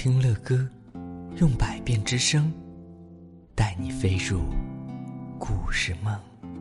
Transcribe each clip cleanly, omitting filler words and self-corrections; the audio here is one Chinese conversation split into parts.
听乐歌，用百变之声带你飞入故事梦。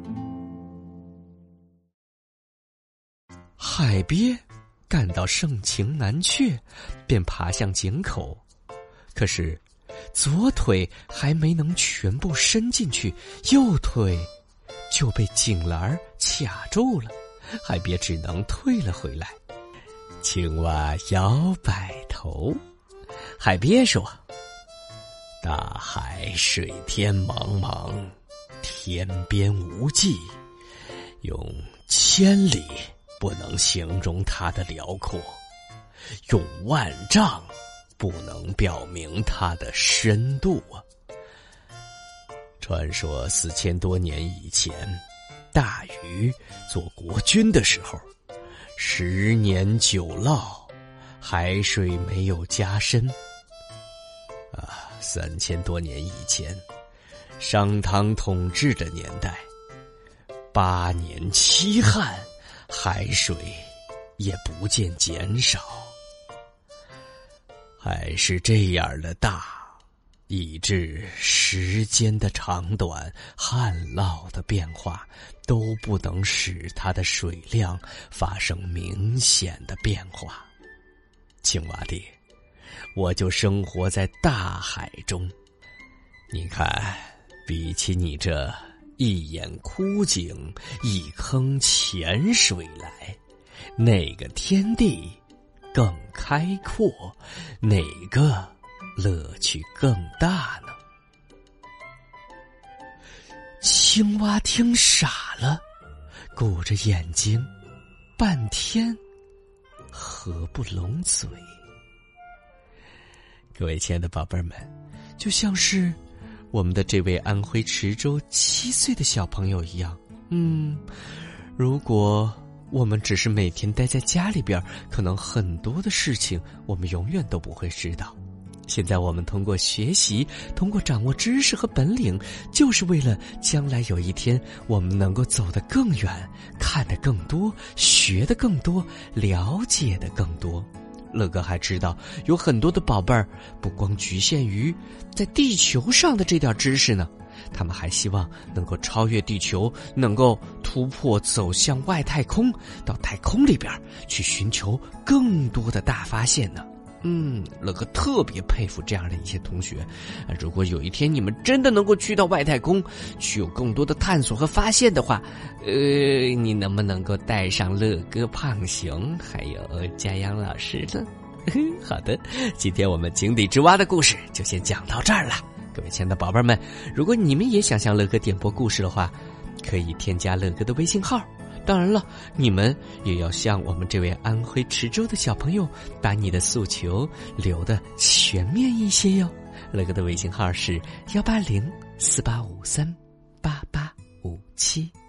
海鳖感到盛情难却，便爬向井口，可是左腿还没能全部伸进去，右腿就被井栏卡住了，海鳖只能退了回来。青蛙摇摆头，海鳖说：大海水天茫茫，天边无际，用千里不能形容它的辽阔，用万丈不能表明它的深度啊！传说4000多年以前，大禹做国君的时候，10年久涝，海水没有加深。3000多年以前，商汤统治的年代，8年期旱，海水也不见减少。海是这样的大，以致时间的长短、旱涝的变化都不能使它的水量发生明显的变化。青蛙爹，我就生活在大海中，你看，比起你这一眼枯井、一坑浅水来，哪个天地更开阔，哪个乐趣更大呢？青蛙听傻了，鼓着眼睛，半天合不拢嘴。各位亲爱的宝贝们，就像是我们的这位安徽池州7岁的小朋友一样，如果我们只是每天待在家里边，可能很多的事情我们永远都不会知道。现在我们通过学习，通过掌握知识和本领，就是为了将来有一天我们能够走得更远，看得更多，学得更多，了解得更多。乐哥还知道有很多的宝贝儿不光局限于在地球上的这点知识呢，他们还希望能够超越地球，能够突破走向外太空，到太空里边去寻求更多的大发现呢。乐哥特别佩服这样的一些同学。如果有一天你们真的能够去到外太空，去有更多的探索和发现的话，你能不能够带上乐哥胖熊还有佳阳老师呢？好的，今天我们井底之蛙的故事就先讲到这儿了。各位亲爱的宝贝们，如果你们也想向乐哥点播故事的话，可以添加乐哥的微信号。当然了，你们也要像我们这位安徽池州的小朋友，把你的诉求留得全面一些哟。乐哥的微信号是18048538857。